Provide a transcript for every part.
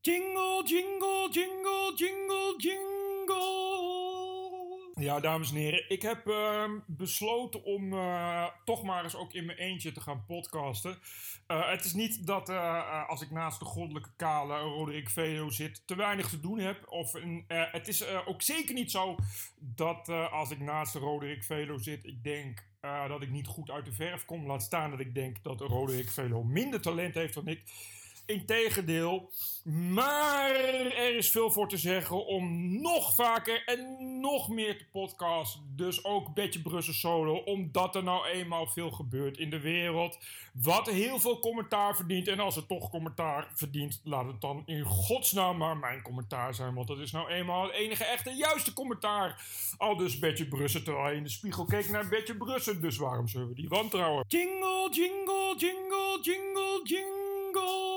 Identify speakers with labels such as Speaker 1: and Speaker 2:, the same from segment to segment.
Speaker 1: Jingle, jingle, jingle, jingle, jingle. Ja, dames en heren, ik heb besloten om toch maar eens ook in mijn eentje te gaan podcasten. Het is niet dat als ik naast de goddelijke kale Roderick Velo zit te weinig te doen heb. Het is ook zeker niet zo dat als ik naast de Roderick Velo zit, ik denk dat ik niet goed uit de verf kom. Laat staan dat ik denk dat Roderick Velo minder talent heeft dan ik. Integendeel, maar er is veel voor te zeggen om nog vaker en nog meer te podcasten. Dus ook Betje Brussel solo, omdat er nou eenmaal veel gebeurt in de wereld. Wat heel veel commentaar verdient. En als het toch commentaar verdient, laat het dan in godsnaam maar mijn commentaar zijn. Want dat is nou eenmaal het enige echte juiste commentaar. Al dus Betje Brussel, terwijl hij in de spiegel keek naar Betje Brussel. Dus waarom zullen we die wantrouwen? Jingle, jingle, jingle, jingle, jingle.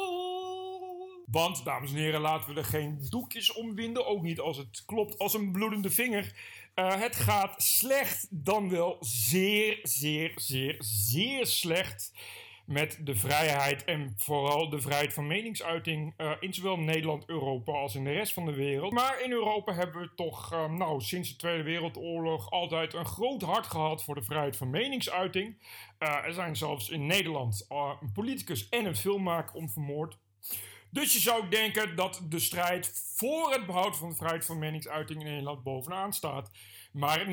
Speaker 1: Want, dames en heren, laten we er geen doekjes om winden. Ook niet als het klopt als een bloedende vinger. Het gaat slecht, dan wel zeer, zeer, zeer, zeer slecht met de vrijheid en vooral de vrijheid van meningsuiting in zowel Nederland, Europa als in de rest van de wereld. Maar in Europa hebben we toch sinds de Tweede Wereldoorlog altijd een groot hart gehad voor de vrijheid van meningsuiting. Er zijn zelfs in Nederland een politicus en een filmmaker omvermoord. Dus je zou denken dat de strijd voor het behoud van de vrijheid van meningsuiting in Nederland bovenaan staat. Maar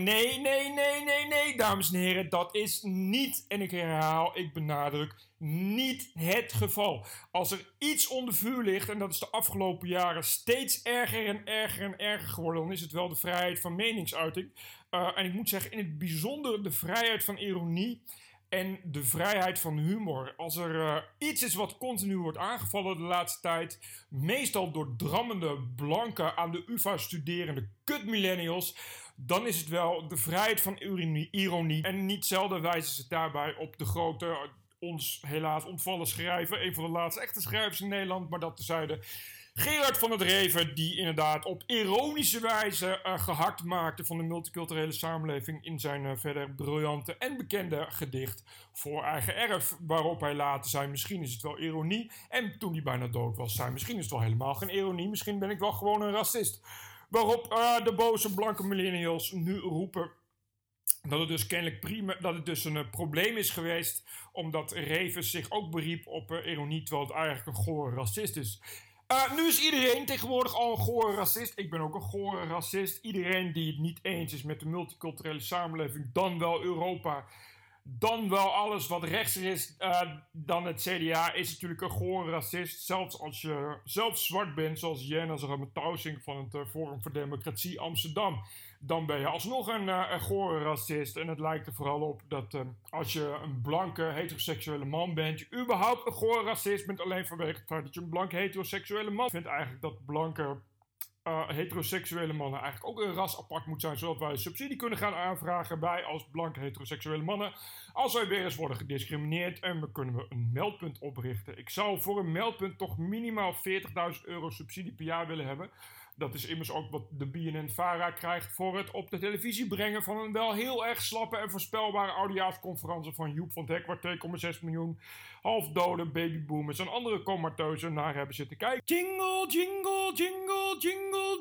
Speaker 1: nee, dames en heren, dat is niet, en ik herhaal, ik benadruk, niet het geval. Als er iets onder vuur ligt, en dat is de afgelopen jaren steeds erger en erger en erger geworden, dan is het wel de vrijheid van meningsuiting. En ik moet zeggen, in het bijzonder de vrijheid van ironie en de vrijheid van humor. Als er iets is wat continu wordt aangevallen de laatste tijd, meestal door drammende, blanke, aan de UvA studerende kut-millennials, dan is het wel de vrijheid van ironie. En niet zelden wijzen ze daarbij op de grote, ons helaas ontvallen schrijver, een van de laatste echte schrijvers in Nederland, maar dat tezijde, Gerard van het Reven, die inderdaad op ironische wijze gehakt maakte van de multiculturele samenleving in zijn verder briljante en bekende gedicht Voor Eigen Erf, waarop hij later zei, misschien is het wel ironie. En toen hij bijna dood was, zei, misschien is het wel helemaal geen ironie, misschien ben ik wel gewoon een racist. Waarop de boze blanke millennials nu roepen dat het dus kennelijk een probleem is geweest, omdat Reven zich ook beriep op ironie, terwijl het eigenlijk een gore racist is. Nu is iedereen tegenwoordig al een gore racist. Ik ben ook een gore racist. Iedereen die het niet eens is met de multiculturele samenleving, dan wel Europa, dan wel alles wat rechtser is dan het CDA, is natuurlijk een gore racist. Zelfs als je zelf zwart bent, zoals Jenna Ramatausing van het Forum voor Democratie Amsterdam, dan ben je alsnog een gore racist. En het lijkt er vooral op dat als je een blanke heteroseksuele man bent, je überhaupt een gore racist bent, alleen vanwege het feit dat je een blanke heteroseksuele man bent. Ik vind eigenlijk dat blanke heteroseksuele mannen eigenlijk ook een ras apart moet zijn, zodat wij subsidie kunnen gaan aanvragen bij als blanke heteroseksuele mannen, als wij weer eens worden gediscrimineerd, en we kunnen een meldpunt oprichten. Ik zou voor een meldpunt toch minimaal €40.000 subsidie per jaar willen hebben. Dat is immers ook wat de BNN-Vara krijgt voor het op de televisie brengen van een wel heel erg slappe en voorspelbare oudejaarsconferentie van Joep van het Hek, waar 2,6 miljoen halfdode babyboomers en andere comateuzen naar hebben zitten kijken. Jingle, jingle, jingle, jingle,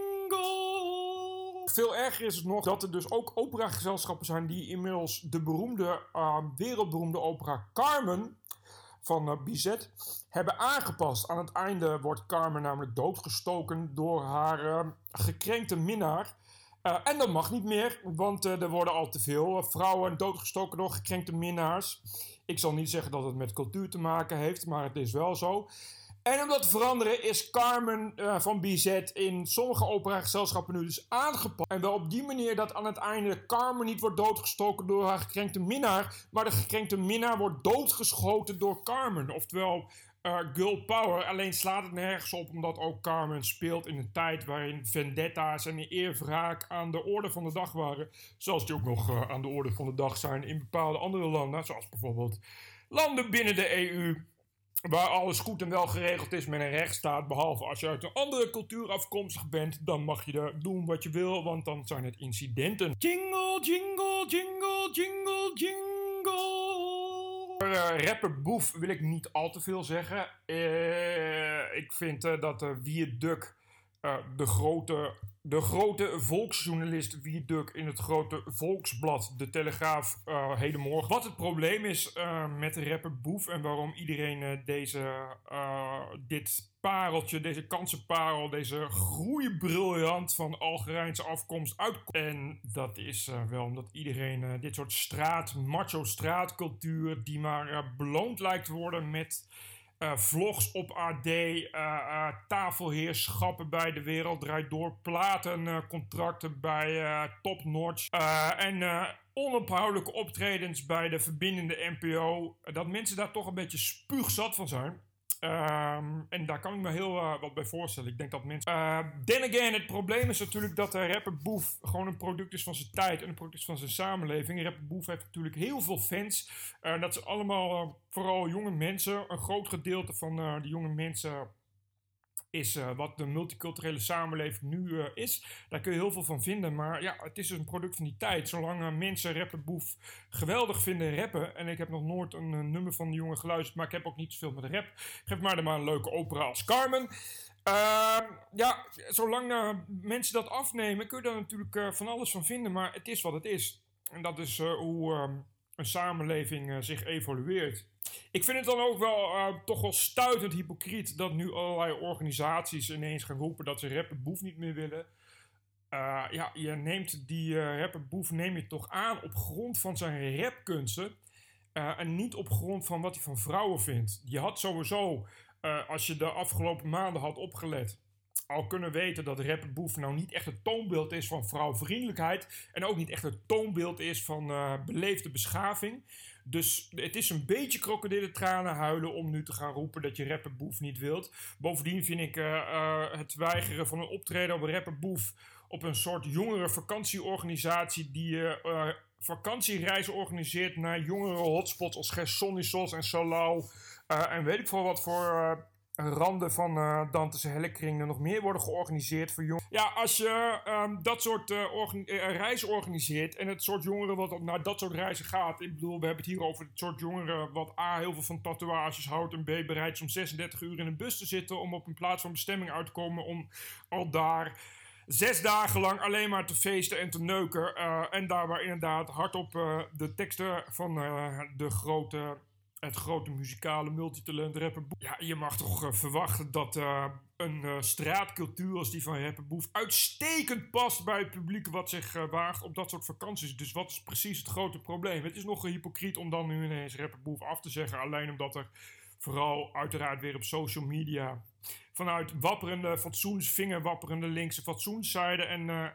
Speaker 1: jingle. Veel erger is het nog dat er dus ook operagezelschappen zijn die inmiddels de beroemde, wereldberoemde opera Carmen van Bizet hebben aangepast. Aan het einde wordt Carmen namelijk doodgestoken door haar gekrenkte minnaar. En dat mag niet meer, want er worden al te veel vrouwen doodgestoken door gekrenkte minnaars. Ik zal niet zeggen dat het met cultuur te maken heeft, maar het is wel zo. En om dat te veranderen is Carmen van Bizet in sommige operagezelschappen nu dus aangepast. En wel op die manier dat aan het einde Carmen niet wordt doodgestoken door haar gekrenkte minnaar, maar de gekrenkte minnaar wordt doodgeschoten door Carmen. Oftewel girl power. Alleen slaat het nergens op, omdat ook Carmen speelt in een tijd waarin vendetta's en eerwraak aan de orde van de dag waren. Zoals die ook nog aan de orde van de dag zijn in bepaalde andere landen. Zoals bijvoorbeeld landen binnen de EU, waar alles goed en wel geregeld is met een rechtsstaat, behalve als je uit een andere cultuur afkomstig bent, dan mag je er doen wat je wil, want dan zijn het incidenten. Jingle, jingle, jingle, jingle, jingle. rapper Boef wil ik niet al te veel zeggen. Ik vind dat Wierduk, de grote volksjournalist Wierduk in het grote Volksblad, De Telegraaf, hedenmorgen. Wat het probleem is met de rapper Boef en waarom iedereen dit pareltje, deze kansenparel, deze groeibriljant van Algerijnse afkomst uitkomt. En dat is wel omdat iedereen dit soort macho straatcultuur, die maar beloond lijkt te worden met vlogs op AD, tafelheerschappen bij De Wereld Draait Door, platencontracten bij Top Notch en onophoudelijke optredens bij de verbindende NPO, dat mensen daar toch een beetje spuugzat van zijn. En daar kan ik me heel wat bij voorstellen. Ik denk dat mensen... then again, het probleem is natuurlijk dat de rapper Boef gewoon een product is van zijn tijd en een product is van zijn samenleving. Rapper Boef heeft natuurlijk heel veel fans. Dat zijn allemaal vooral jonge mensen. Een groot gedeelte van de jonge mensen is wat de multiculturele samenleving nu is. Daar kun je heel veel van vinden. Maar ja, het is dus een product van die tijd. Zolang mensen rapper Boef geweldig vinden rappen. En ik heb nog nooit een nummer van de jongen geluisterd. Maar ik heb ook niet zoveel met rap. Geef mij dan maar een leuke opera als Carmen. Ja, zolang mensen dat afnemen, kun je daar natuurlijk van alles van vinden. Maar het is wat het is. En dat is hoe een samenleving zich evolueert. Ik vind het dan ook wel toch wel stuitend hypocriet dat nu allerlei organisaties ineens gaan roepen dat ze rapper Boef niet meer willen. Ja, je neemt die rapper Boef neem je toch aan op grond van zijn rapkunsten en niet op grond van wat hij van vrouwen vindt. Je had sowieso, als je de afgelopen maanden had opgelet, al kunnen weten dat rapper Boef nou niet echt het toonbeeld is van vrouwvriendelijkheid en ook niet echt het toonbeeld is van beleefde beschaving. Dus het is een beetje krokodillentranen huilen om nu te gaan roepen dat je rapper Boef niet wilt. Bovendien vind ik het weigeren van een optreden op een rapper Boef op een soort jongere vakantieorganisatie die vakantiereizen organiseert naar jongere hotspots als Gersonisos en Salau en weet ik veel wat voor randen van Dante's Hellekring er nog meer worden georganiseerd voor jongeren. Ja, als je dat soort reizen organiseert en het soort jongeren wat naar dat soort reizen gaat. Ik bedoel, we hebben het hier over het soort jongeren wat A, heel veel van tatoeages houdt en B, bereid is om 36 uur in een bus te zitten om op een plaats van bestemming uit te komen om al daar 6 dagen lang alleen maar te feesten en te neuken. En daarbij inderdaad hardop de teksten van het grote muzikale multitalent rapper Boef. Ja, je mag toch verwachten dat een straatcultuur als die van rapper Boef uitstekend past bij het publiek wat zich waagt op dat soort vakanties. Dus wat is precies het grote probleem? Het is nog hypocriet om dan nu ineens rapper Boef af te zeggen. Alleen omdat er vooral uiteraard weer op social media vanuit vingerwapperende linkse fatsoenszijde en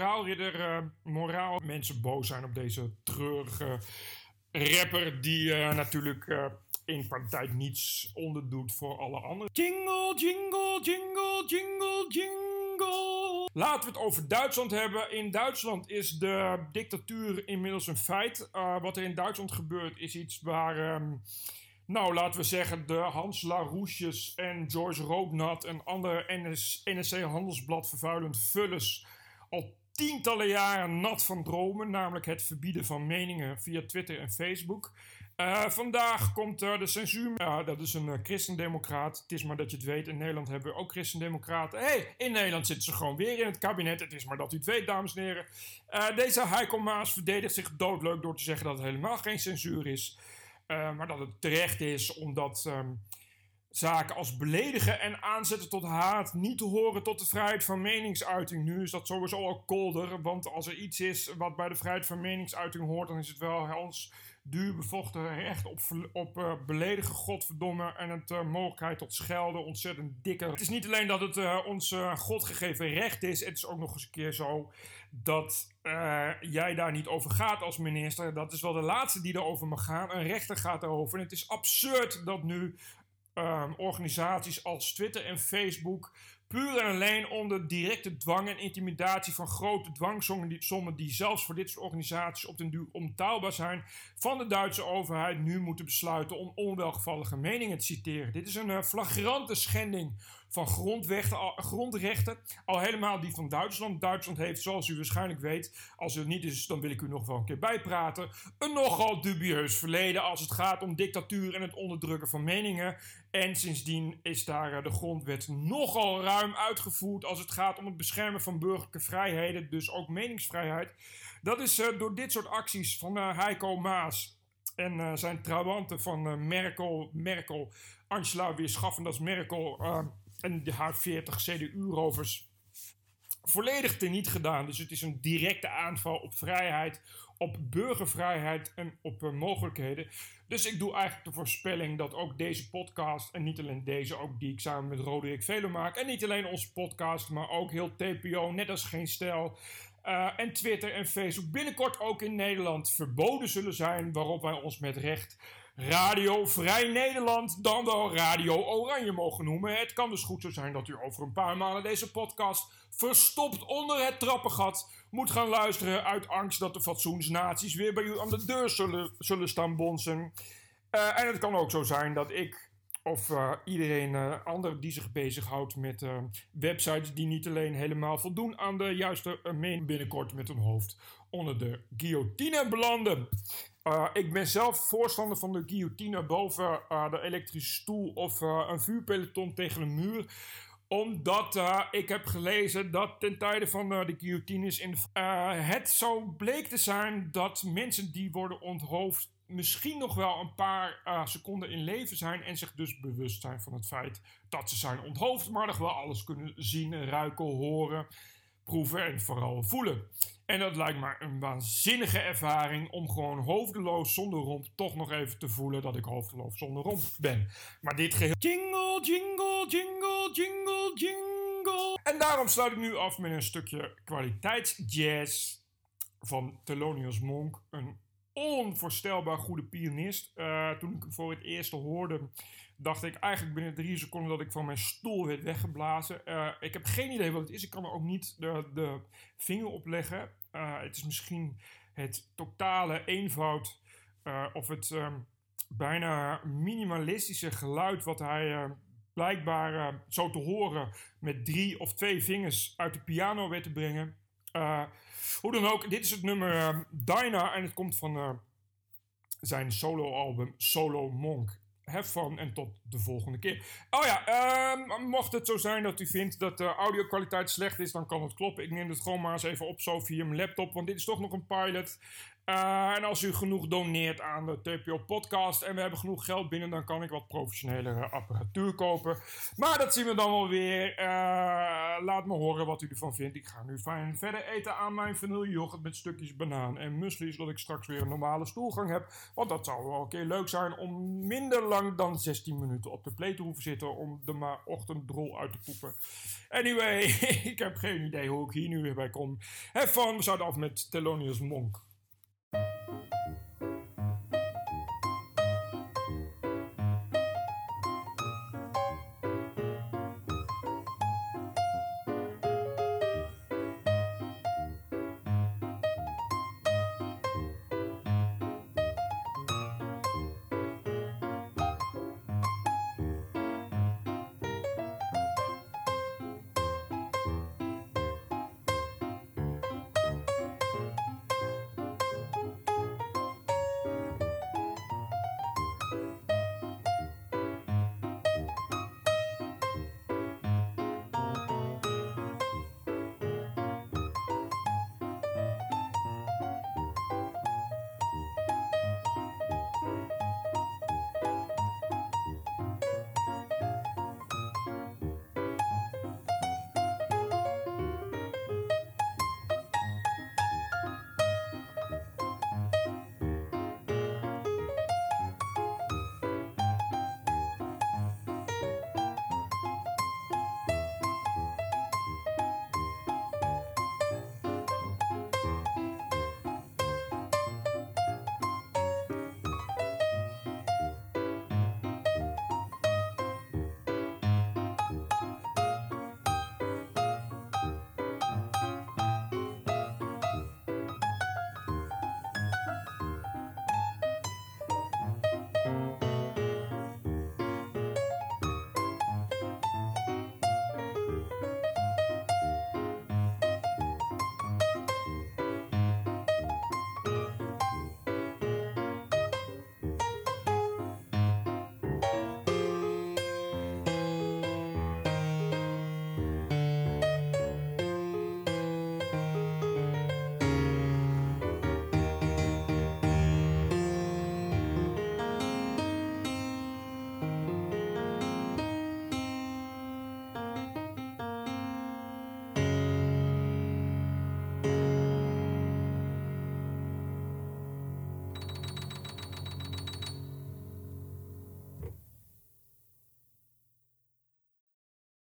Speaker 1: moraal mensen boos zijn op deze treurige rapper die natuurlijk in praktijk niets onderdoet voor alle anderen. Jingle, jingle, jingle, jingle, jingle. Laten we het over Duitsland hebben. In Duitsland is de dictatuur inmiddels een feit. Wat er in Duitsland gebeurt is iets waar, nou laten we zeggen, de Hans Laroesjes en Joyce Roodnat en andere NSC Handelsblad vervuilend vullers al tientallen jaren nat van dromen, namelijk het verbieden van meningen via Twitter en Facebook. Vandaag komt de censuur. Dat is een christendemocraat. Het is maar dat je het weet. In Nederland hebben we ook christendemocraten. In Nederland zitten ze gewoon weer in het kabinet. Het is maar dat u het weet, dames en heren. Deze Heiko Maas verdedigt zich doodleuk door te zeggen dat het helemaal geen censuur is. Maar dat het terecht is omdat zaken als beledigen en aanzetten tot haat niet te horen tot de vrijheid van meningsuiting. Nu is dat sowieso al kolder, want als er iets is wat bij de vrijheid van meningsuiting hoort, dan is het wel ons duur bevochten recht op beledigen, godverdomme, en het mogelijkheid tot schelden ontzettend dikker. Het is niet alleen dat het ons godgegeven recht is, het is ook nog eens een keer zo dat jij daar niet over gaat als minister. Dat is wel de laatste die erover mag gaan. Een rechter gaat erover. En het is absurd dat nu organisaties als Twitter en Facebook puur en alleen om de directe dwang en intimidatie van grote dwangsommen die zelfs voor dit soort organisaties op den duur onbetaalbaar zijn, van de Duitse overheid nu moeten besluiten om onwelgevallige meningen te citeren. Dit is een flagrante schending van grondrechten, al helemaal die van Duitsland. Duitsland heeft, zoals u waarschijnlijk weet, als het niet is, dan wil ik u nog wel een keer bijpraten, een nogal dubieus verleden als het gaat om dictatuur en het onderdrukken van meningen. En sindsdien is daar de grondwet nogal ruim uitgevoerd als het gaat om het beschermen van burgerlijke vrijheden, dus ook meningsvrijheid. Dat is door dit soort acties van Heiko Maas en zijn trawanten van Merkel, Angela Weerschaffendas Merkel en haar 40 CDU-rovers volledig teniet gedaan. Dus het is een directe aanval op vrijheid, op burgervrijheid en op mogelijkheden. Dus ik doe eigenlijk de voorspelling dat ook deze podcast, en niet alleen deze, ook die ik samen met Roderick Velo maak, en niet alleen onze podcast, maar ook heel TPO, net als Geen Stijl, en Twitter en Facebook binnenkort ook in Nederland verboden zullen zijn, waarop wij ons met recht Radio Vrij Nederland, dan wel Radio Oranje mogen noemen. Het kan dus goed zo zijn dat u over een paar maanden deze podcast verstopt onder het trappengat moet gaan luisteren uit angst dat de fatsoensnazi's weer bij u aan de deur zullen staan bonzen. En het kan ook zo zijn dat ik of iedereen ander die zich bezighoudt met websites die niet alleen helemaal voldoen aan de juiste mening binnenkort met een hoofd onder de guillotine belanden. Ik ben zelf voorstander van de guillotine boven de elektrische stoel of een vuurpeloton tegen een muur. Omdat ik heb gelezen dat ten tijde van de guillotines het zo bleek te zijn dat mensen die worden onthoofd misschien nog wel een paar seconden in leven zijn en zich dus bewust zijn van het feit dat ze zijn onthoofd, maar nog wel alles kunnen zien, ruiken, horen, proeven en vooral voelen. En dat lijkt me een waanzinnige ervaring om gewoon hoofdeloos zonder romp toch nog even te voelen dat ik hoofdeloos zonder romp ben. Maar dit geheel... Jingle, jingle, jingle, jingle, jingle. En daarom sluit ik nu af met een stukje kwaliteitsjazz van Thelonious Monk. Een onvoorstelbaar goede pianist. Toen ik hem voor het eerst hoorde, dacht ik eigenlijk binnen 3 seconden dat ik van mijn stoel werd weggeblazen. Ik heb geen idee wat het is. Ik kan er ook niet de vinger op leggen. Het is misschien het totale eenvoud of het bijna minimalistische geluid wat hij blijkbaar zo te horen met 3 of 2 vingers uit de piano weet te brengen. Hoe dan ook, dit is het nummer Dinah en het komt van zijn soloalbum Solo Monk. Have fun en tot de volgende keer. Oh ja, mocht het zo zijn dat u vindt dat de audio-kwaliteit slecht is, dan kan het kloppen. Ik neem het gewoon maar eens even op zo via mijn laptop, want dit is toch nog een pilot. En als u genoeg doneert aan de TPO podcast en we hebben genoeg geld binnen, dan kan ik wat professionele apparatuur kopen. Maar dat zien we dan wel weer. Laat me horen wat u ervan vindt. Ik ga nu fijn verder eten aan mijn vanilleyoghurt met stukjes banaan en muesli, zodat ik straks weer een normale stoelgang heb. Want dat zou wel een keer leuk zijn om minder lang dan 16 minuten op de play te hoeven zitten om de ochtenddrol uit te poepen. Anyway, ik heb geen idee hoe ik hier nu weer bij kom. Have fun, we zouden af met Thelonious Monk.